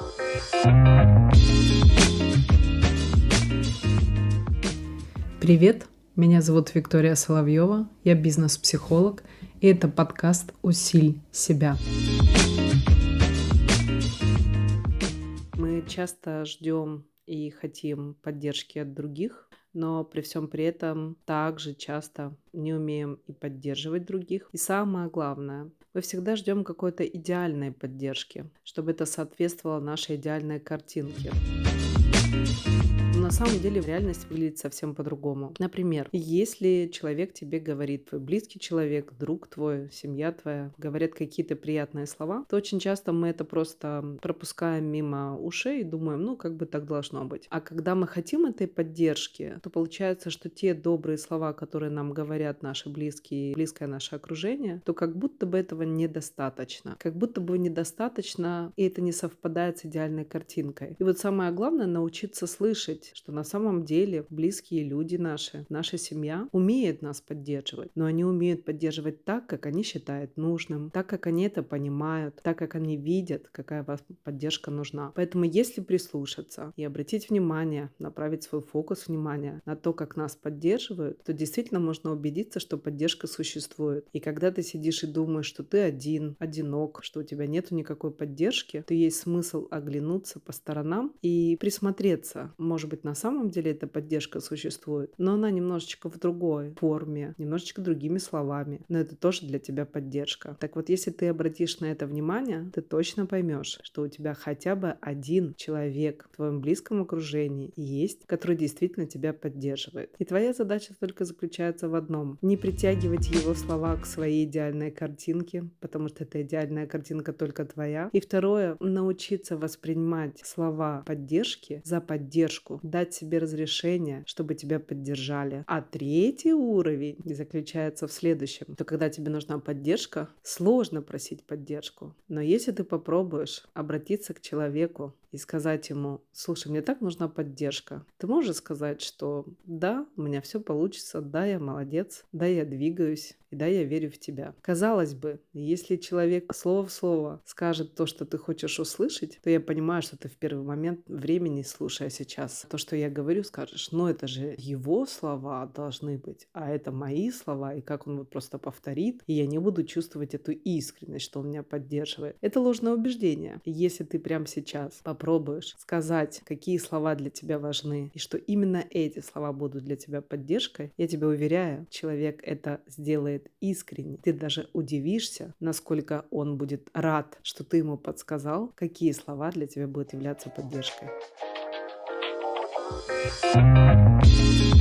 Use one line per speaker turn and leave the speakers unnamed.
Привет, меня зовут Виктория Соловьева, я бизнес-психолог, и это подкаст «Усиль себя». Мы часто ждем и хотим поддержки от других, но при всем при этом также часто не умеем и поддерживать других. И самое главное, мы всегда ждем какой-то идеальной поддержки, чтобы это соответствовало нашей идеальной картинке. Но на самом деле реальность выглядит совсем по-другому. Например, если человек тебе говорит, твой близкий человек, друг твой, семья твоя, говорят какие-то приятные слова, то очень часто мы это просто пропускаем мимо ушей и думаем, как бы так должно быть. А когда мы хотим этой поддержки, то получается, что те добрые слова, которые нам говорят наши близкие, близкое наше окружение, то как будто бы этого недостаточно. Как будто бы недостаточно, и это не совпадает с идеальной картинкой. И вот самое главное — научиться слышать, что на самом деле близкие люди наши, наша семья умеет нас поддерживать, но они умеют поддерживать так, как они считают нужным, так, как они это понимают, так, как они видят, какая вам поддержка нужна. Поэтому если прислушаться и обратить внимание, направить свой фокус внимания на то, как нас поддерживают, то действительно можно убедиться, что поддержка существует. И когда ты сидишь и думаешь, что ты один, одинок, что у тебя нету никакой поддержки, то есть смысл оглянуться по сторонам и присмотреться. Может быть, на самом деле эта поддержка существует, но она немножечко в другой форме, немножечко другими словами, но это тоже для тебя поддержка. Так вот, если ты обратишь на это внимание, ты точно поймешь, что у тебя хотя бы один человек в твоем близком окружении есть, который действительно тебя поддерживает. И твоя задача только заключается в одном: не притягивать его слова к своей идеальной картинке, потому что эта идеальная картинка только твоя. И второе, научиться воспринимать слова поддержки за поддержку, дать себе разрешение, чтобы тебя поддержали. А третий уровень заключается в следующем: то когда тебе нужна поддержка, сложно просить поддержку. Но если ты попробуешь обратиться к человеку и сказать ему: слушай, мне так нужна поддержка, ты можешь сказать, что да, у меня все получится, да, я молодец, да, я двигаюсь, и да, я верю в тебя. Казалось бы, если человек слово в слово скажет то, что ты хочешь услышать, то я понимаю, что ты в первый момент времени, слушая сейчас то, что я говорю, скажешь: это же его слова должны быть, а это мои слова, и как он вот просто повторит, и я не буду чувствовать эту искренность, что он меня поддерживает. Это ложное убеждение. И если ты прямо сейчас попробуешь сказать, какие слова для тебя важны, и что именно эти слова будут для тебя поддержкой, я тебя уверяю, человек это сделает искренне. Ты даже удивишься, насколько он будет рад, что ты ему подсказал, какие слова для тебя будут являться поддержкой.